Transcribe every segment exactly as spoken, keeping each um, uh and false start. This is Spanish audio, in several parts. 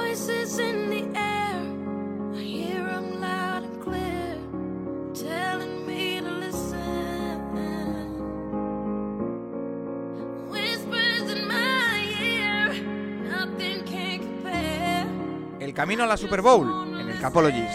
voices in the air, I hear them loud and clear, telling me to listen. Whispers in my ear, nothing can compare. El camino a la Super Bowl en el Capologist.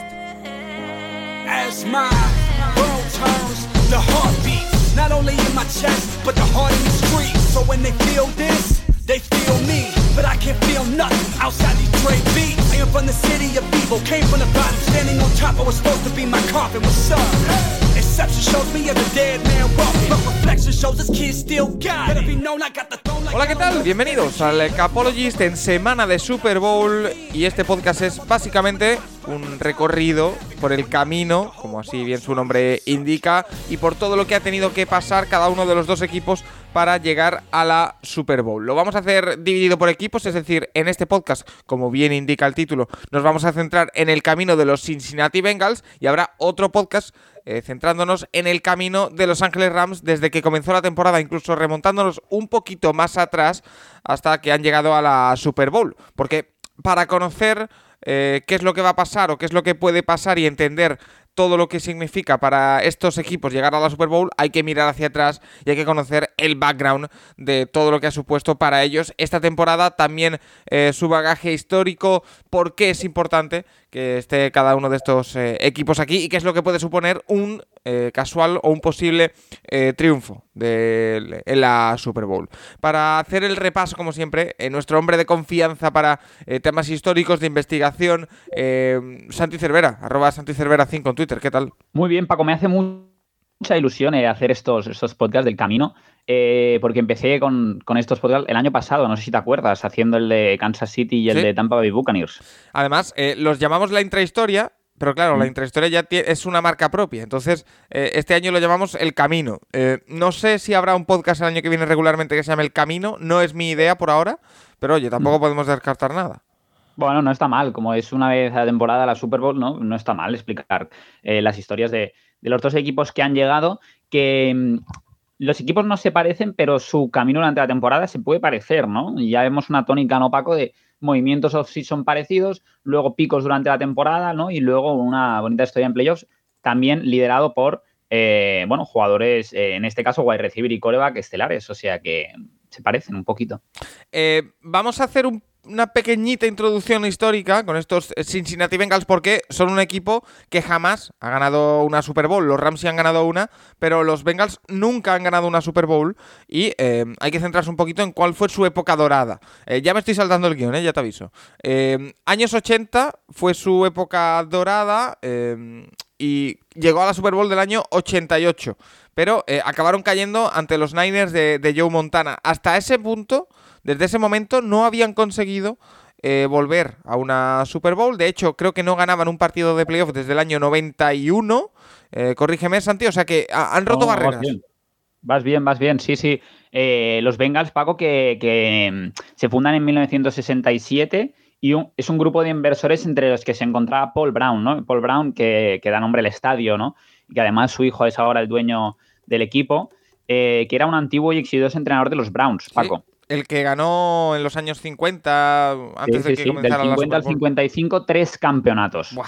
As my world turns, the heartbeat, not only in my chest, but the heart in the street. So when they feel this, they feel me. But I can't feel nothing outside these Dre beats. I am from the city of evil, came from the bottom, standing on top. I was supposed to be my coffin. What's up? Exception shows me as a dead man walking, but reflection shows this kid still got it. Better be known I got the throne like. Hola, ¿qué tal? Bienvenidos al Capologist en semana de Super Bowl. Y este podcast es básicamente un recorrido por el camino, como así bien su nombre indica, y por todo lo que ha tenido que pasar cada uno de los dos equipos para llegar a la Super Bowl. Lo vamos a hacer dividido por equipos, es decir, en este podcast, como bien indica el título, nos vamos a centrar en el camino de los Cincinnati Bengals y habrá otro podcast eh, centrándonos en el camino de Los Ángeles Rams desde que comenzó la temporada, incluso remontándonos un poquito más atrás hasta que han llegado a la Super Bowl. Porque para conocer eh, qué es lo que va a pasar o qué es lo que puede pasar y entender todo lo que significa para estos equipos llegar a la Super Bowl, hay que mirar hacia atrás y hay que conocer el background de todo lo que ha supuesto para ellos esta temporada, también eh, su bagaje histórico, por qué es importante que esté cada uno de estos eh, equipos aquí y qué es lo que puede suponer un eh, casual o un posible eh, triunfo de, en la Super Bowl. Para hacer el repaso, como siempre, eh, nuestro hombre de confianza para eh, temas históricos de investigación, eh, Santi Cervera, arroba Santi Cervera cinco en Twitter. ¿Qué tal? Muy bien, Paco, me hace mucha ilusión eh, hacer estos, estos podcasts del camino, eh, porque empecé con, con estos podcasts el año pasado, no sé si te acuerdas, haciendo el de Kansas City y el ¿Sí? de Tampa Bay Buccaneers. Además, eh, los llamamos la intrahistoria, pero claro, mm. la intrahistoria ya t- es una marca propia, entonces eh, este año lo llamamos El Camino. Eh, no sé si habrá un podcast el año que viene regularmente que se llame El Camino, no es mi idea por ahora, pero oye, tampoco mm. podemos descartar nada. Bueno, no está mal, como es una vez a la temporada la Super Bowl, no, no está mal explicar eh, las historias de, de los dos equipos que han llegado, que mmm, los equipos no se parecen, pero su camino durante la temporada se puede parecer, ¿no? Y ya vemos una tónica, ¿no, Paco?, de movimientos off-season parecidos, luego picos durante la temporada, ¿no? Y luego una bonita historia en playoffs, también liderado por, eh, bueno, jugadores, eh, en este caso, wide receiver y quarterback estelares, o sea que se parecen un poquito. Eh, vamos a hacer un una pequeñita introducción histórica con estos Cincinnati Bengals porque son un equipo que jamás ha ganado una Super Bowl. Los Rams sí han ganado una, pero los Bengals nunca han ganado una Super Bowl y eh, hay que centrarse un poquito en cuál fue su época dorada. Eh, ya me estoy saltando el guión, eh, ya te aviso. Eh, años ochenta fue su época dorada eh, y llegó a la Super Bowl del año ochenta y ocho, pero eh, acabaron cayendo ante los Niners de, de Joe Montana. Hasta ese punto, desde ese momento, no habían conseguido eh, volver a una Super Bowl. De hecho, creo que no ganaban un partido de playoff desde el año noventa y uno. Eh, corrígeme, Santi, o sea que ha, han roto no, barreras. Vas bien. vas bien, vas bien, sí, sí. Eh, los Bengals, Paco, que, que se fundan en mil novecientos sesenta y siete y un, es un grupo de inversores entre los que se encontraba Paul Brown, ¿no? Paul Brown, que, que da nombre al estadio, ¿no? Y que además su hijo es ahora el dueño del equipo, eh, que era un antiguo y exitoso entrenador de los Browns, Paco. Sí. El que ganó en los años cincuenta, antes sí, de sí, que sí. comenzara Del la cincuenta Super Bowl. Al cincuenta y cinco, tres campeonatos. Buah.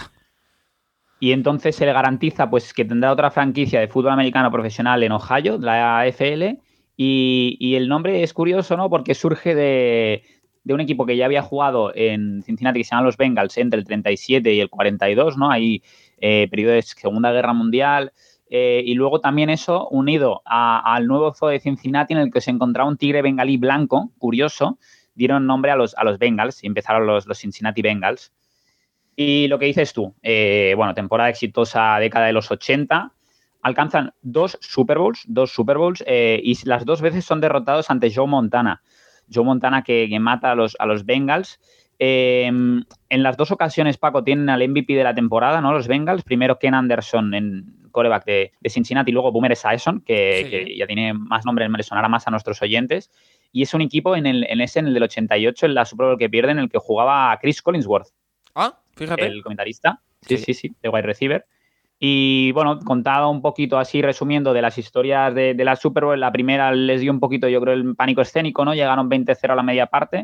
Y entonces se le garantiza pues que tendrá otra franquicia de fútbol americano profesional en Ohio, la A F L, y, y el nombre es curioso, ¿no? Porque surge de, de un equipo que ya había jugado en Cincinnati, que se llaman los Bengals, entre el treinta y siete y el cuarenta y dos, ¿no? Hay eh, periodo de Segunda Guerra Mundial. Eh, y luego también eso unido a, al nuevo zoo de Cincinnati en el que se encontraba un tigre bengalí blanco, curioso, dieron nombre a los, a los Bengals y empezaron los, los Cincinnati Bengals. Y lo que dices tú, eh, bueno, temporada exitosa, década de los ochenta, alcanzan dos Super Bowls, dos Super Bowls eh, y las dos veces son derrotados ante Joe Montana. Joe Montana que, que mata a los, a los Bengals. Eh, en las dos ocasiones, Paco, tienen al M V P de la temporada, ¿no? Los Bengals. Primero Ken Anderson en quarterback de, de Cincinnati, y luego Boomer Esiason, que, sí. que ya tiene más nombre, me le sonará más a nuestros oyentes. Y es un equipo en, el, en ese, en el del ochenta y ocho, en la Super Bowl que pierden, en el que jugaba Chris Collinsworth. Ah, fíjate. El comentarista. Sí, sí, sí, sí, de wide receiver. Y bueno, contado un poquito así, resumiendo, de las historias de, de la Super Bowl, la primera les dio un poquito, yo creo, el pánico escénico, ¿no? Llegaron veinte cero a la media parte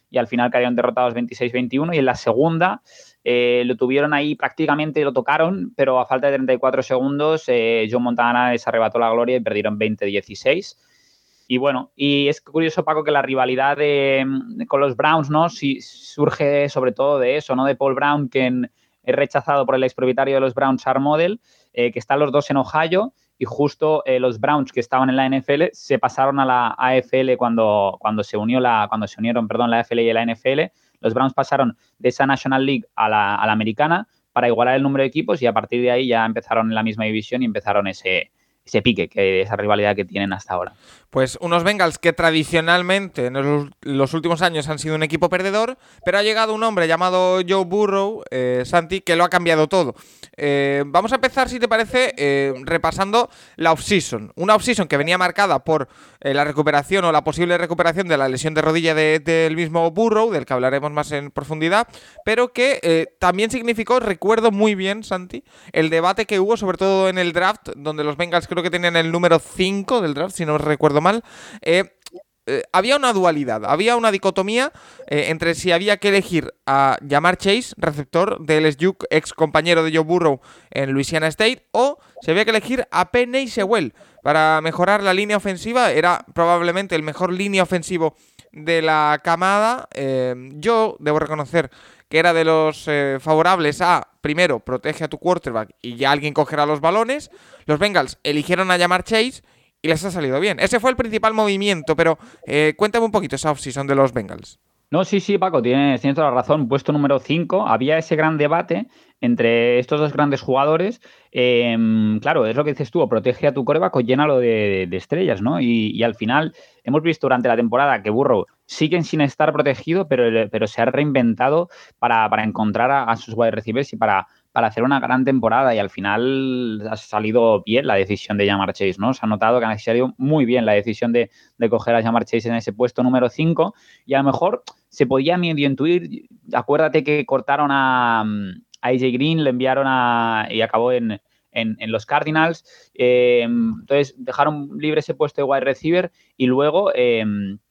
y al final cayeron derrotados veintiséis veintiuno, y en la segunda eh, lo tuvieron ahí prácticamente, lo tocaron, pero a falta de treinta y cuatro segundos eh, Joe Montana les arrebató la gloria y perdieron veinte dieciséis. Y bueno, y es curioso, Paco, que la rivalidad de, de, con los Browns, ¿no? Sí, surge sobre todo de eso, ¿no? De Paul Brown, que en, es rechazado por el expropietario de los Browns, Art Model, eh, que están los dos en Ohio, y justo eh, los Browns, que estaban en la N F L, se pasaron a la A F L cuando, cuando se unió la, cuando se unieron, perdón, la A F L y la N F L. Los Browns pasaron de esa National League a la, a la americana para igualar el número de equipos, y a partir de ahí ya empezaron en la misma división y empezaron ese, ese pique, que, esa rivalidad que tienen hasta ahora. Pues unos Bengals que tradicionalmente en los, los últimos años han sido un equipo perdedor, pero ha llegado un hombre llamado Joe Burrow, eh, Santi, que lo ha cambiado todo. Eh, vamos a empezar, si te parece, eh, repasando la off-season. Una off-season que venía marcada por eh, la recuperación o la posible recuperación de la lesión de rodilla del de, de mismo Burrow, del que hablaremos más en profundidad, pero que eh, también significó, recuerdo muy bien, Santi, el debate que hubo, sobre todo en el draft, donde los Bengals creo que tenían el número cinco del draft, si no recuerdo mal. Eh, eh, había una dualidad, había una dicotomía eh, entre si había que elegir a Ja'Marr Chase, receptor de L S U, ex compañero de Joe Burrow en Louisiana State, o si había que elegir a Penei Sewell para mejorar la línea ofensiva. Era probablemente el mejor línea ofensivo de la camada. Eh, yo debo reconocer que era de los eh, favorables a, primero, protege a tu quarterback y ya alguien cogerá los balones. Los Bengals eligieron a Ja'Marr Chase y les ha salido bien. Ese fue el principal movimiento, pero eh, cuéntame un poquito esa offseason de los Bengals. No, sí, sí, Paco, tienes, tienes toda la razón. Puesto número cinco, había ese gran debate entre estos dos grandes jugadores. Eh, claro, es lo que dices tú, o protege a tu quarterback o llénalo de, de estrellas, ¿no? Y, y al final hemos visto durante la temporada que Burrow siguen sin estar protegido, pero, pero se ha reinventado para, para encontrar a, a sus wide receivers y para, para hacer una gran temporada, y al final ha salido bien la decisión de Ja'Marr Chase, ¿no? Se ha notado que ha salido muy bien la decisión de, de coger a Ja'Marr Chase en ese puesto número cinco, y a lo mejor se podía medio intuir. Acuérdate que cortaron a, a A J Green, le enviaron a y acabó en, en, en los Cardinals. Eh, entonces dejaron libre ese puesto de wide receiver y luego eh,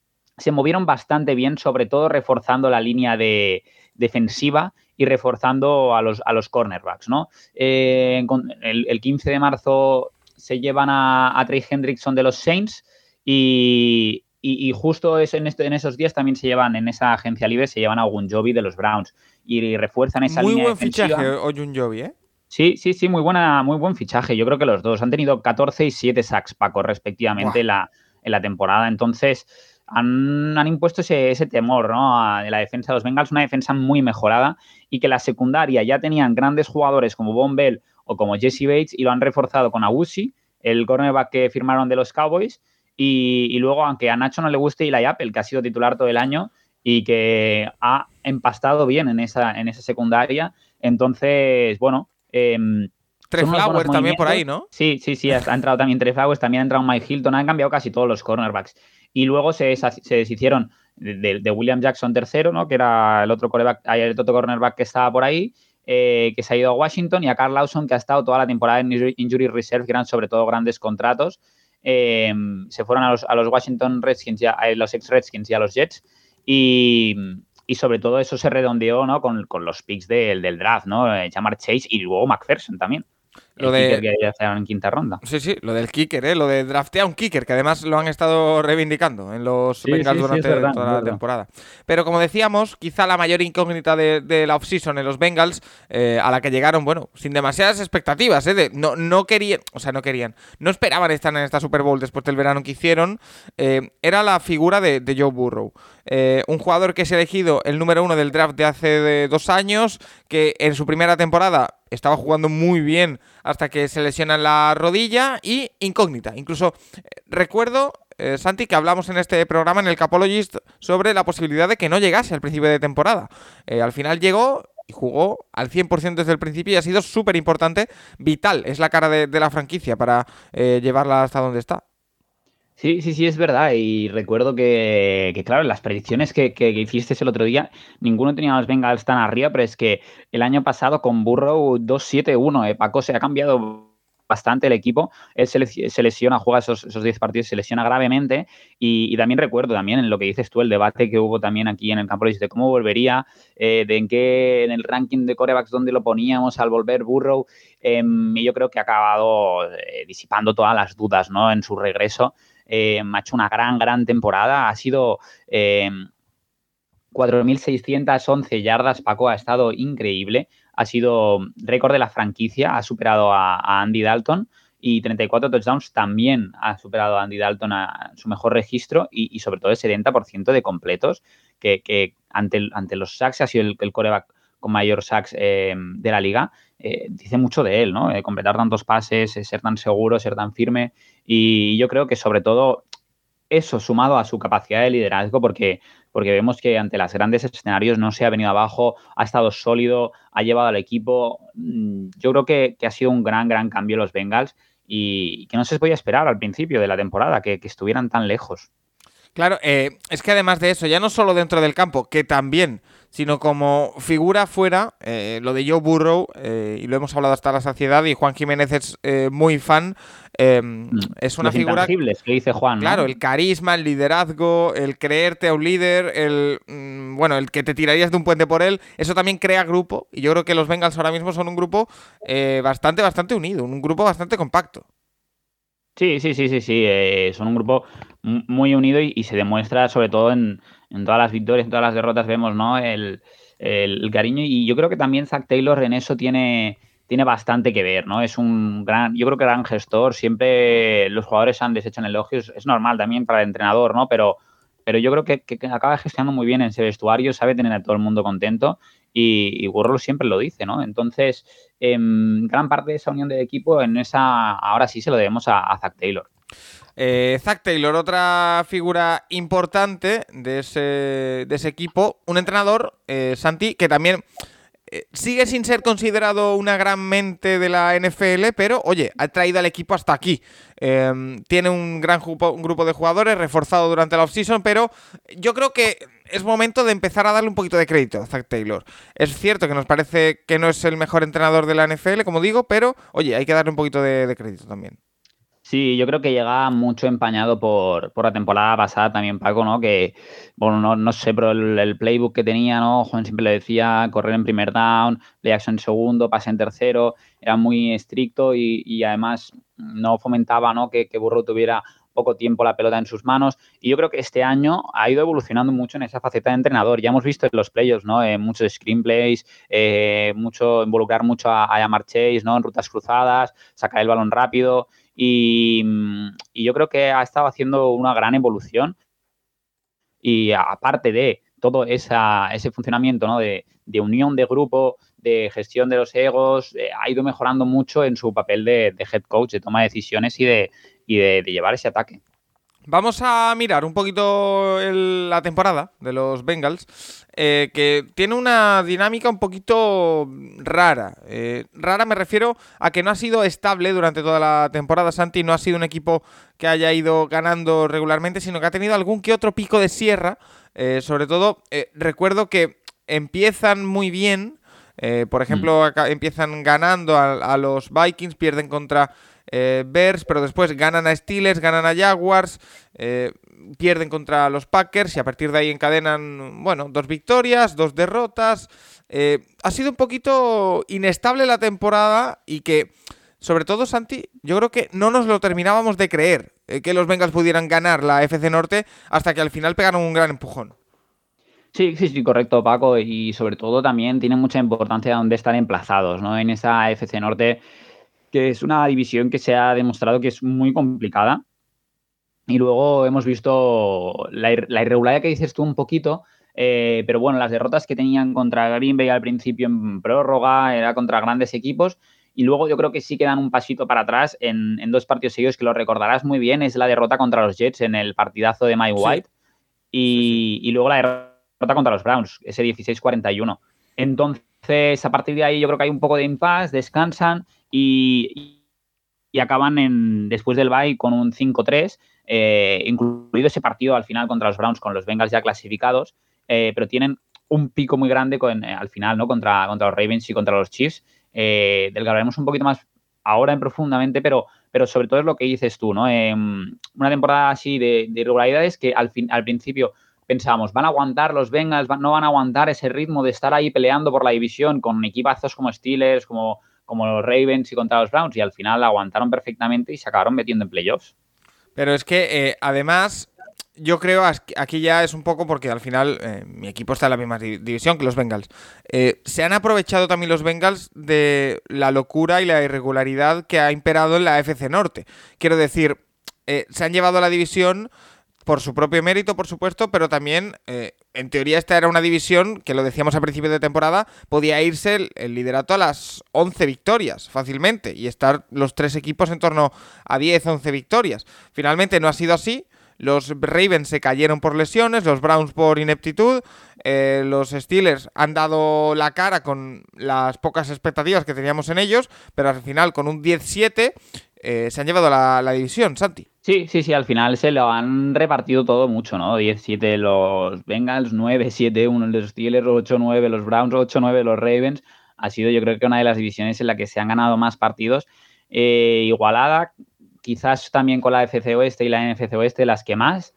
se movieron bastante bien, sobre todo reforzando la línea de defensiva y reforzando a los, a los cornerbacks, ¿no? Eh, el, el quince de marzo se llevan a, a Trey Hendrickson de los Saints y... Y, y justo es en, este, en esos días también se llevan, en esa agencia libre, se llevan a Ogunjobi de los Browns y, y refuerzan esa muy línea buen defensiva. Fichaje Ogunjobi, ¿eh? Sí, sí, sí, muy buena, muy buen fichaje. Yo creo que los dos han tenido catorce y siete sacks, Paco, respectivamente, en la, en la temporada. Entonces, han, han impuesto ese, ese temor, ¿no?, a, de la defensa de los Bengals, una defensa muy mejorada, y que la secundaria ya tenían grandes jugadores como Von Bell o como Jesse Bates, y lo han reforzado con Awuzie, el cornerback que firmaron de los Cowboys. Y, y luego, aunque a Nacho no le guste, Eli Apple, que ha sido titular todo el año y que ha empastado bien en esa, en esa secundaria. Entonces, bueno... Eh, Trey Flowers también por ahí, ¿no? Sí, sí, sí, ha entrado también Trey Flowers, también ha entrado Mike Hilton, han cambiado casi todos los cornerbacks. Y luego se, se deshicieron de, de William Jackson tercero, ¿no?, que era el otro, el otro cornerback que estaba por ahí, eh, que se ha ido a Washington, y a Carl Lawson, que ha estado toda la temporada en Injury Reserve, que eran sobre todo grandes contratos. Eh, se fueron a los, a los Washington Redskins, a los ex-Redskins y a los Jets, y, y sobre todo eso se redondeó, ¿no?, con, con los picks del, del draft, ¿no? Ja'Marr Chase y luego McPherson también. Lo de... kicker que ya estaban en quinta ronda. Sí, sí, lo del kicker, ¿eh? Lo de draftear un kicker, que además lo han estado reivindicando en los sí, Bengals sí, durante sí, verdad, toda la temporada. Pero como decíamos, quizá la mayor incógnita de, de la offseason en los Bengals, eh, a la que llegaron, bueno, sin demasiadas expectativas, ¿eh? De, no, no querían, o sea, no querían, no esperaban estar en esta Super Bowl después del verano que hicieron, eh, era la figura de, de Joe Burrow. Eh, un jugador que es elegido el número uno del draft de hace de dos años, que en su primera temporada estaba jugando muy bien hasta que se lesiona la rodilla, y incógnita. Incluso eh, recuerdo, eh, Santi, que hablamos en este programa, en el Capologist, sobre la posibilidad de que no llegase al principio de temporada. Eh, al final llegó y jugó al cien por ciento desde el principio y ha sido súper importante, vital. Es la cara de, de la franquicia para eh, llevarla hasta donde está. Sí, sí, sí, es verdad. Y recuerdo que, que claro, las predicciones que, que, que hiciste el otro día, ninguno tenía a los Bengals tan arriba, pero es que el año pasado con Burrow dos siete uno, eh, Paco, se ha cambiado bastante el equipo. Él se, se lesiona, juega esos, esos diez partidos, se lesiona gravemente y, y también recuerdo también en lo que dices tú, el debate que hubo también aquí en el campo de cómo volvería, eh, de en qué, en el ranking de quarterbacks donde lo poníamos al volver Burrow, eh, y yo creo que ha acabado eh, disipando todas las dudas, ¿no? En su regreso. Eh, ha hecho una gran, gran temporada, ha sido... Eh, cuatro mil seiscientas once yardas, Paco, ha estado increíble. Ha sido récord de la franquicia, ha superado a, a Andy Dalton y treinta y cuatro touchdowns también ha superado a Andy Dalton a su mejor registro y, y sobre todo el setenta por ciento de completos, que, que ante, el, ante los sacks ha sido el, el quarterback con mayor sacks eh, de la liga. Eh, dice mucho de él, ¿no? Eh, completar tantos pases, eh, ser tan seguro, ser tan firme y yo creo que sobre todo eso sumado a su capacidad de liderazgo porque, porque vemos que ante los grandes escenarios no se ha venido abajo, ha estado sólido, ha llevado al equipo. Yo creo que, que ha sido un gran, gran cambio los Bengals y, y que no se podía esperar al principio de la temporada, que, que estuvieran tan lejos. Claro, eh, es que además de eso, ya no solo dentro del campo, que también, sino como figura fuera, eh, lo de Joe Burrow, eh, y lo hemos hablado hasta la saciedad, y Juan Jiménez es eh, muy fan, eh, mm, es una Los figura... intangibles que dice Juan, ¿no? Claro, el carisma, el liderazgo, el creerte a un líder, el mmm, bueno, el que te tirarías de un puente por él, eso también crea grupo, y yo creo que los Bengals ahora mismo son un grupo eh, bastante, bastante unido, un grupo bastante compacto. Sí, sí, sí, sí, sí. Eh, son un grupo muy unido y, y se demuestra sobre todo en, en todas las victorias, en todas las derrotas vemos, ¿no? El, el, el cariño y yo creo que también Zac Taylor en eso tiene, tiene bastante que ver, ¿no? Es un gran, yo creo que gran gestor. Siempre los jugadores han deshecho en elogios, es normal también para el entrenador, ¿no? Pero, pero yo creo que, que, que acaba gestionando muy bien en ese vestuario, sabe tener a todo el mundo contento y, y Burrow siempre lo dice, ¿no? Entonces, eh, gran parte de esa unión de equipo en esa, ahora sí se lo debemos a, a Zac Taylor. Eh, Zac Taylor, otra figura importante de ese, de ese equipo, un entrenador, eh, Santi, que también eh, sigue sin ser considerado una gran mente de la N F L, pero oye, ha traído al equipo hasta aquí. Eh, tiene un gran grupo, un grupo de jugadores reforzado durante la offseason, pero yo creo que es momento de empezar a darle un poquito de crédito a Zac Taylor. Es cierto que nos parece que no es el mejor entrenador de la N F L, como digo, pero oye, hay que darle un poquito de, de crédito también. Sí, yo creo que llega mucho empañado por, por la temporada pasada también, Paco, ¿no? Que, bueno, no, no sé, pero el, el playbook que tenía, ¿no? Juan siempre le decía correr en primer down, play action en segundo, pase en tercero, era muy estricto y, y además no fomentaba, ¿no? Que, que Burrow tuviera poco tiempo la pelota en sus manos y yo creo que este año ha ido evolucionando mucho en esa faceta de entrenador. Ya hemos visto en los playoffs, ¿no? Eh, muchos screenplays, eh, mucho, involucrar mucho a, a Ja'Marr Chase, ¿no? En rutas cruzadas, sacar el balón rápido y, y yo creo que ha estado haciendo una gran evolución y aparte de todo esa, ese funcionamiento, ¿no? de, de unión de grupo, de gestión de los egos, eh, ha ido mejorando mucho en su papel de, de head coach, de toma de decisiones y de, y de, de llevar ese ataque. Vamos a mirar un poquito el, la temporada de los Bengals, eh, que tiene una dinámica un poquito rara. Eh, rara me refiero a que no ha sido estable durante toda la temporada, Santi, no ha sido un equipo que haya ido ganando regularmente, sino que ha tenido algún que otro pico de sierra. Eh, sobre todo, eh, recuerdo que empiezan muy bien, eh, por ejemplo, mm. acá empiezan ganando a, a los Vikings, pierden contra... Eh, Bears, pero después ganan a Steelers, ganan a Jaguars, eh, pierden contra los Packers y a partir de ahí encadenan, bueno, dos victorias, dos derrotas. Eh, ha sido un poquito inestable la temporada y que, sobre todo, Santi, yo creo que no nos lo terminábamos de creer, eh, que los Bengals pudieran ganar la F C Norte hasta que al final pegaron un gran empujón. Sí, sí, sí, correcto, Paco, y sobre todo también tiene mucha importancia dónde están emplazados, ¿no? En esa F C Norte, que es una división que se ha demostrado que es muy complicada. Y luego hemos visto la, ir- la irregularidad que dices tú un poquito, eh, pero bueno, las derrotas que tenían contra Green Bay al principio en prórroga, era contra grandes equipos, y luego yo creo que sí que dan un pasito para atrás en, en dos partidos seguidos, que lo recordarás muy bien, es la derrota contra los Jets en el partidazo de Mike White, sí. Y, sí, sí. y luego la derrota contra los Browns, ese dieciséis cuarenta y uno. Entonces, a partir de ahí yo creo que hay un poco de impasse, descansan, Y, y acaban en, después del bye con un cinco tres, eh, incluido ese partido al final contra los Browns con los Bengals ya clasificados, eh, pero tienen un pico muy grande con, eh, al final, ¿no? contra, contra los Ravens y contra los Chiefs, eh, del que hablaremos un poquito más ahora en profundamente, pero, pero sobre todo es lo que dices tú, ¿no? Eh, una temporada así de, de irregularidades que al, fin, al principio pensábamos, van a aguantar los Bengals, van, no van a aguantar ese ritmo de estar ahí peleando por la división con equipazos como Steelers, como, como los Ravens y contra los Browns, y al final aguantaron perfectamente y se acabaron metiendo en playoffs. Pero es que, eh, además, yo creo, aquí ya es un poco porque al final eh, mi equipo está en la misma división que los Bengals. Eh, se han aprovechado también los Bengals de la locura y la irregularidad que ha imperado en la A F C Norte. Quiero decir, eh, se han llevado a la división por su propio mérito, por supuesto, pero también, eh, en teoría, esta era una división que, lo decíamos a principio de temporada, podía irse el, el liderato a las once victorias fácilmente y estar los tres equipos en torno a diez, once victorias. Finalmente no ha sido así. Los Ravens se cayeron por lesiones, los Browns por ineptitud, eh, los Steelers han dado la cara con las pocas expectativas que teníamos en ellos, pero al final con un diez siete eh, se han llevado la, la división, Santi. Sí, sí, sí, al final se lo han repartido todo mucho, ¿no? diez siete los Bengals, nueve siete uno los Steelers, ocho nueve los Browns, ocho nueve los Ravens. Ha sido, yo creo que una de las divisiones en la que se han ganado más partidos, eh, igualada, quizás también con la A F C Oeste y la N F C Oeste, las que más.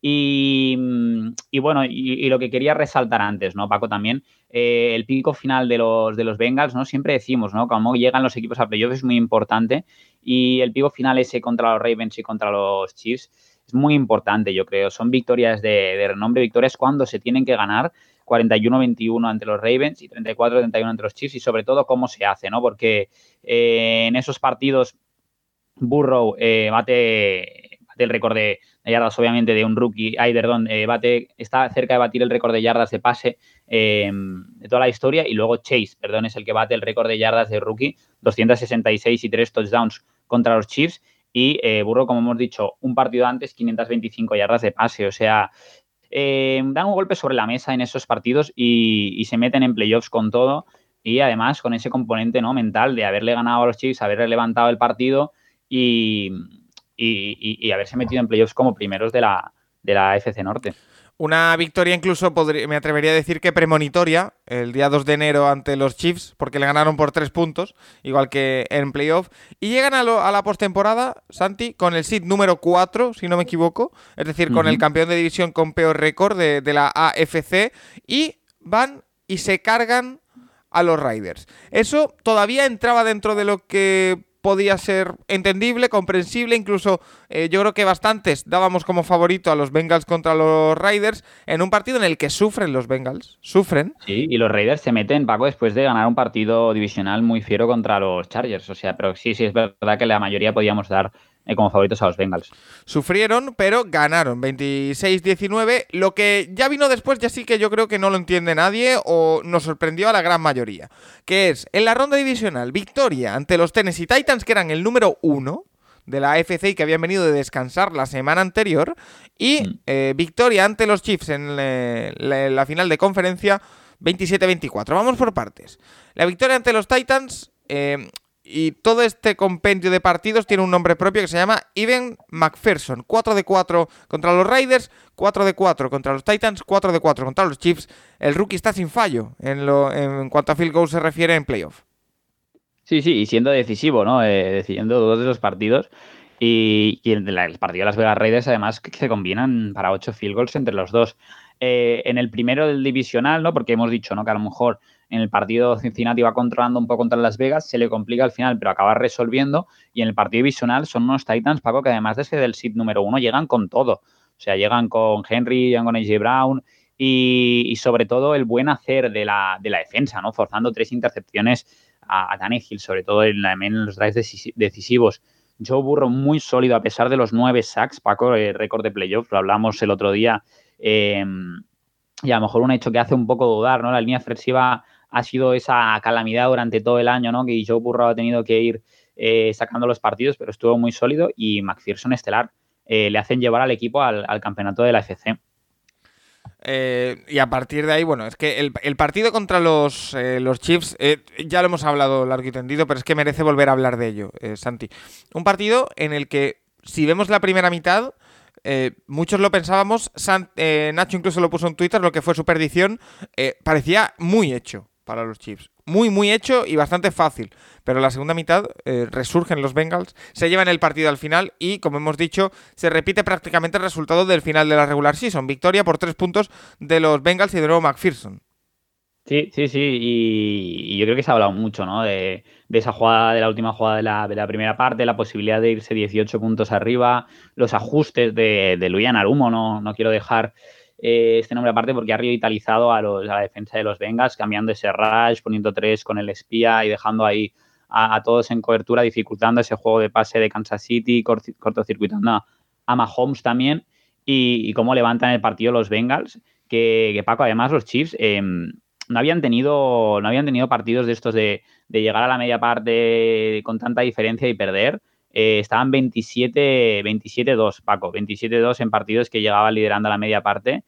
Y, y bueno, y, y lo que quería resaltar antes, ¿no, Paco? También eh, el pico final de los, de los Bengals, ¿no? Siempre decimos, ¿no? Cómo llegan los equipos a playoff es muy importante. Y el pico final ese contra los Ravens y contra los Chiefs es muy importante, yo creo. Son victorias de, de renombre, victorias cuando se tienen que ganar. cuarenta y uno veintiuno ante los Ravens y treinta y cuatro treinta y uno ante los Chiefs. Y sobre todo cómo se hace, ¿no? Porque eh, en esos partidos Burrow eh, bate, bate el récord de, de yardas, obviamente, de un rookie. Ay, perdón, eh, bate, está cerca de batir el récord de yardas de pase eh, de toda la historia. Y luego Chase, perdón, es el que bate el récord de yardas de rookie, doscientos sesenta y seis y tres touchdowns contra los Chiefs. Y eh, Burrow, como hemos dicho, un partido antes, quinientas veinticinco yardas de pase. O sea, eh, dan un golpe sobre la mesa en esos partidos y, y se meten en playoffs con todo. Y además con ese componente, ¿no?, mental de haberle ganado a los Chiefs, haberle levantado el partido y, y, y haberse metido en playoffs como primeros de la, de la A F C Norte. Una victoria incluso, podría, me atrevería a decir que premonitoria, el día dos de enero ante los Chiefs, porque le ganaron por tres puntos, igual que en playoff. Y llegan a, lo, a la postemporada, Santi, con el seed número cuatro, si no me equivoco, es decir, con uh-huh. el campeón de división con peor récord de, de la A F C, y van y se cargan a los Raiders. Eso todavía entraba dentro de lo que podía ser entendible, comprensible, incluso eh, yo creo que bastantes dábamos como favorito a los Bengals contra los Raiders en un partido en el que sufren los Bengals, sufren. Sí, y los Raiders se meten, Paco, después de ganar un partido divisional muy fiero contra los Chargers, o sea, pero sí, sí, es verdad que la mayoría podíamos dar eh, como favoritos a los Bengals. Sufrieron, pero ganaron veintiséis diecinueve, lo que ya vino después ya sí que yo creo que no lo entiende nadie o nos sorprendió a la gran mayoría, que es en la ronda divisional, victoria ante los Tennessee Titans, que eran el número uno de la A F C y que habían venido de descansar la semana anterior, y mm. eh, victoria ante los Chiefs en eh, la, la final de conferencia veintisiete veinticuatro. Vamos por partes. La victoria ante los Titans, eh, y todo este compendio de partidos tiene un nombre propio que se llama Evan McPherson. cuatro de cuatro contra los Raiders, cuatro de cuatro contra los Titans, cuatro de cuatro contra los Chiefs. El rookie está sin fallo en, lo, en cuanto a field goal se refiere en playoff. Sí, sí, y siendo decisivo, ¿no? Eh, decidiendo dos de los partidos. Y, y el, el partido de las Vegas Raiders, además, que se combinan para ocho field goals entre los dos. Eh, en el primero del divisional, ¿no? Porque hemos dicho, ¿no?, que a lo mejor en el partido Cincinnati va controlando un poco contra Las Vegas, se le complica al final, pero acaba resolviendo. Y en el partido divisional son unos Titans, Paco, que además de ser del seed número uno, llegan con todo. O sea, llegan con Henry, llegan con A J Brown y, y sobre todo el buen hacer de la, de la defensa, ¿no? Forzando tres intercepciones a, a Tannehill, sobre todo en, en los drives decisivos. Joe Burrow muy sólido a pesar de los nueve sacks, Paco, el récord de playoffs, lo hablamos el otro día. Eh, y a lo mejor un hecho que hace un poco dudar, ¿no? La línea ofensiva ha sido esa calamidad durante todo el año, ¿no? Que Joe Burrow ha tenido que ir eh, sacando los partidos, pero estuvo muy sólido y McPherson estelar. Eh, le hacen llevar al equipo al, al campeonato de la A F C. Eh, y a partir de ahí, bueno, es que el, el partido contra los, eh, los Chiefs, eh, ya lo hemos hablado largo y tendido, pero es que merece volver a hablar de ello, eh, Santi. Un partido en el que, si vemos la primera mitad, Eh, muchos lo pensábamos, San, eh, Nacho incluso lo puso en Twitter, lo que fue su perdición, eh, parecía muy hecho. para los Chiefs. Muy, muy hecho y bastante fácil. Pero en la segunda mitad eh, resurgen los Bengals, se llevan el partido al final y, como hemos dicho, se repite prácticamente el resultado del final de la regular season. Victoria por tres puntos de los Bengals y de nuevo McPherson. Sí, sí, sí, y, y yo creo que se ha hablado mucho, ¿no? De, de esa jugada, de la última jugada de la, de la primera parte, la posibilidad de irse dieciocho puntos arriba, los ajustes de, de Luis Anarumo, no, no quiero dejar eh, este nombre aparte porque ha revitalizado a, los, a la defensa de los Bengals, cambiando ese rush, poniendo tres con el espía y dejando ahí a, a todos en cobertura, dificultando ese juego de pase de Kansas City, cort- cortocircuitando a, a Mahomes también, y, y cómo levantan el partido los Bengals, que, que Paco, además los Chiefs... Eh, No habían, tenido, no habían tenido partidos de estos de, de llegar a la media parte con tanta diferencia y perder. Eh, estaban veintisiete dos, Paco, veintisiete dos en partidos que llegaban liderando a la media parte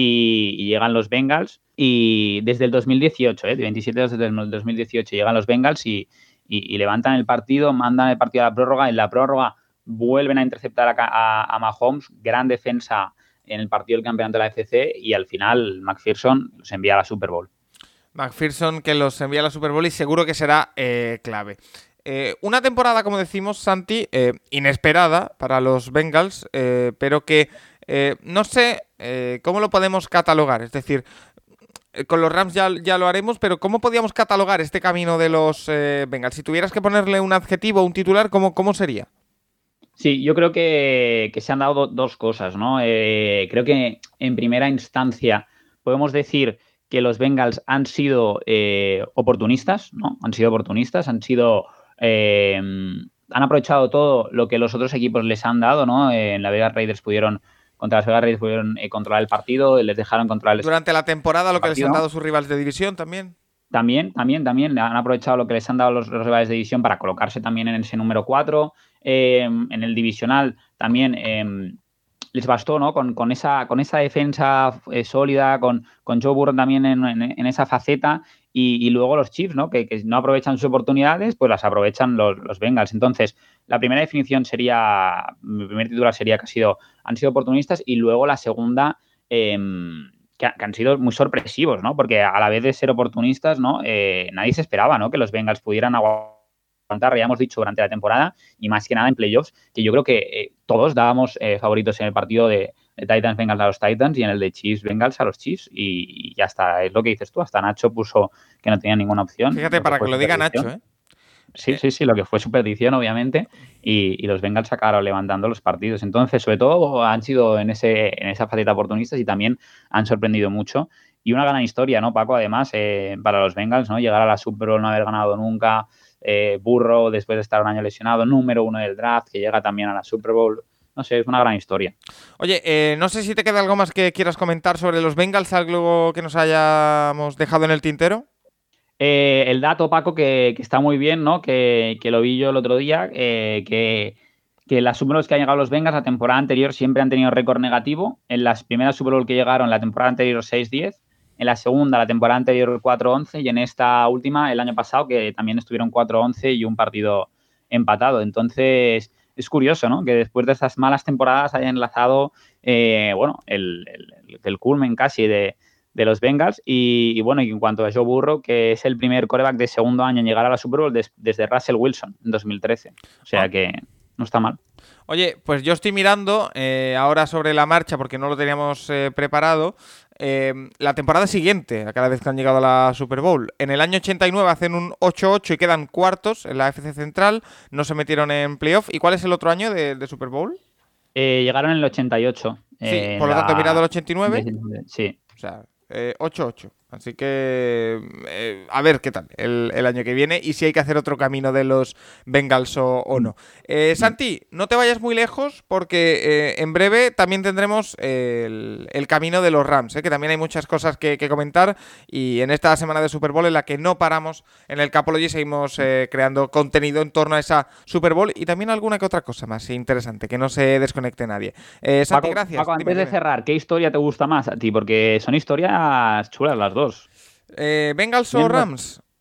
y, y llegan los Bengals. Y desde el dos mil dieciocho, eh, veintisiete dos desde el dos mil dieciocho, llegan los Bengals y, y, y levantan el partido, mandan el partido a la prórroga. En la prórroga vuelven a interceptar a, a, a Mahomes, gran defensa en el partido del campeonato de la A F C, y al final McPherson los envía a la Super Bowl. McPherson que los envía a la Super Bowl y seguro que será eh, clave. Eh, una temporada, como decimos, Santi, eh, inesperada para los Bengals, eh, pero que eh, no sé eh, cómo lo podemos catalogar. Es decir, eh, con los Rams ya, ya lo haremos, pero ¿cómo podríamos catalogar este camino de los eh, Bengals? Si tuvieras que ponerle un adjetivo o un titular, ¿cómo, cómo sería? Sí, yo creo que, que se han dado do, dos cosas, ¿no? Eh, creo que en primera instancia podemos decir que los Bengals han sido eh, oportunistas, ¿no? Han sido oportunistas, han sido... Eh, han aprovechado todo lo que los otros equipos les han dado, ¿no? Eh, en la Vegas Raiders pudieron... Contra las Vegas Raiders pudieron eh, controlar el partido, les dejaron controlar el Durante la temporada lo que partido. les han dado sus rivales de división también. También, también, también han aprovechado lo que les han dado los, los rivales de división para colocarse también en ese número cuatro. Eh, en el divisional también... Eh, les bastó, ¿no? Con, con, esa, con esa defensa eh, sólida, con, con Joe Burrow también en, en, en esa faceta, y, y luego los Chiefs, ¿no? Que, que no aprovechan sus oportunidades, pues las aprovechan los, los Bengals. Entonces, la primera definición sería, mi primer titular sería que ha sido, han sido oportunistas, y luego la segunda, eh, que, que han sido muy sorpresivos, ¿no? Porque a la vez de ser oportunistas, ¿no? Eh, nadie se esperaba, ¿no? Que los Bengals pudieran aguantar. Ya hemos dicho durante la temporada y más que nada en playoffs, que yo creo que eh, todos dábamos eh, favoritos en el partido de, de Titans Bengals a los Titans y en el de Chiefs Bengals a los Chiefs, y, y ya está, es lo que dices tú, hasta Nacho puso que no tenía ninguna opción. Fíjate, para que lo diga Nacho, ¿eh? Sí, sí, sí, lo que fue su perdición, obviamente, y, y los Bengals acabaron levantando los partidos. Entonces, sobre todo, han sido en ese en esa faceta oportunistas y también han sorprendido mucho. Y una gran historia, ¿no, Paco? Además, eh, para los Bengals, ¿no? Llegar a la Super Bowl, no haber ganado nunca. Eh, Burrow, después de estar un año lesionado, número uno del draft, que llega también a la Super Bowl. No sé, es una gran historia. Oye, eh, no sé si te queda algo más que quieras comentar sobre los Bengals, algo que nos hayamos dejado en el tintero. Eh, el dato, Paco, que, que está muy bien, ¿no? Que, que lo vi yo el otro día, eh, que, que las Super Bowls que han llegado los Bengals la temporada anterior siempre han tenido récord negativo. En las primeras Super Bowl que llegaron, la temporada anterior seis diez. En la segunda, la temporada anterior cuatro once, y en esta última, el año pasado, que también estuvieron cuatro once y un partido empatado. Entonces, es curioso, ¿no? Que después de estas malas temporadas hayan enlazado, eh, bueno, el, el, el culmen casi de, de los Bengals. Y, y bueno, y en cuanto a Joe Burrow, que es el primer quarterback de segundo año en llegar a la Super Bowl des, desde Russell Wilson en dos mil trece. O sea que no está mal. Oye, pues yo estoy mirando eh, ahora sobre la marcha, porque no lo teníamos eh, preparado, eh, la temporada siguiente, a cada vez que han llegado a la Super Bowl. En el año ochenta y nueve hacen un ocho ocho y quedan cuartos en la A F C Central, no se metieron en playoff. ¿Y cuál es el otro año de, de Super Bowl? Eh, llegaron en el ochenta y ocho. Sí, eh, por lo tanto la... he mirado el ochenta y nueve. Sí. O sea, eh, ocho ocho. Así que eh, a ver qué tal el, el año que viene y si hay que hacer otro camino de los Bengals o, o no. Eh, Santi, no te vayas muy lejos porque eh, en breve también tendremos el, el camino de los Rams, ¿eh? Que también hay muchas cosas que, que comentar, y en esta semana de Super Bowl en la que no paramos en el Capology seguimos eh, creando contenido en torno a esa Super Bowl y también alguna que otra cosa más interesante, que no se desconecte nadie. Eh, Santi, Paco, gracias. Paco, antes dime, de dime. cerrar, ¿qué historia te gusta más a ti? Porque son historias chulas las dos. Eh, ¿Bengals o Rams?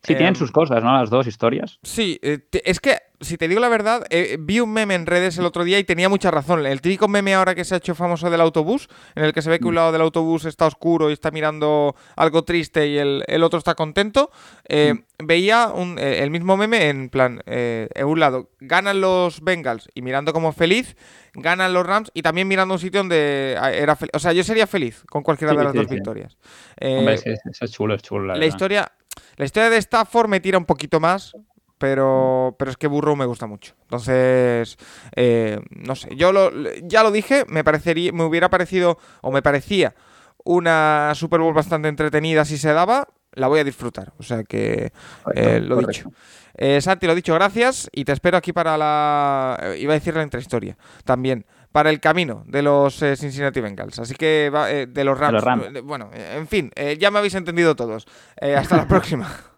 Sí, Eh, tienen sus cosas, ¿no? Las dos historias. Sí, eh, te- es que, si te digo la verdad, eh, vi un meme en redes el otro día y tenía mucha razón. El típico meme ahora que se ha hecho famoso del autobús, en el que se ve que un lado del autobús está oscuro y está mirando algo triste y el, el otro está contento. Eh, veía un, eh, el mismo meme en plan, eh, en un lado, ganan los Bengals y mirando como feliz, ganan los Rams y también mirando un sitio donde ah, era feliz. O sea, yo sería feliz con cualquiera Sí, de las sí, dos sí. victorias. Eh, Hombre, es, es- es chulo, es chulo, la, la verdad. historia... La historia de Stafford me tira un poquito más, pero, pero es que Burrow me gusta mucho. Entonces, eh, no sé, yo lo, ya lo dije, me parecería, me hubiera parecido, o me parecía, una Super Bowl bastante entretenida si se daba, la voy a disfrutar. O sea que, Correcto, eh, lo correcto. dicho. Eh, Santi, lo dicho, gracias, y te espero aquí para la... eh, iba a decir la intrahistoria, también. Para el camino de los eh, Cincinnati Bengals. Así que, va, eh, de los Rams. los Rams. Eh, Bueno, eh, en fin, eh, ya me habéis entendido todos. Eh, hasta la próxima.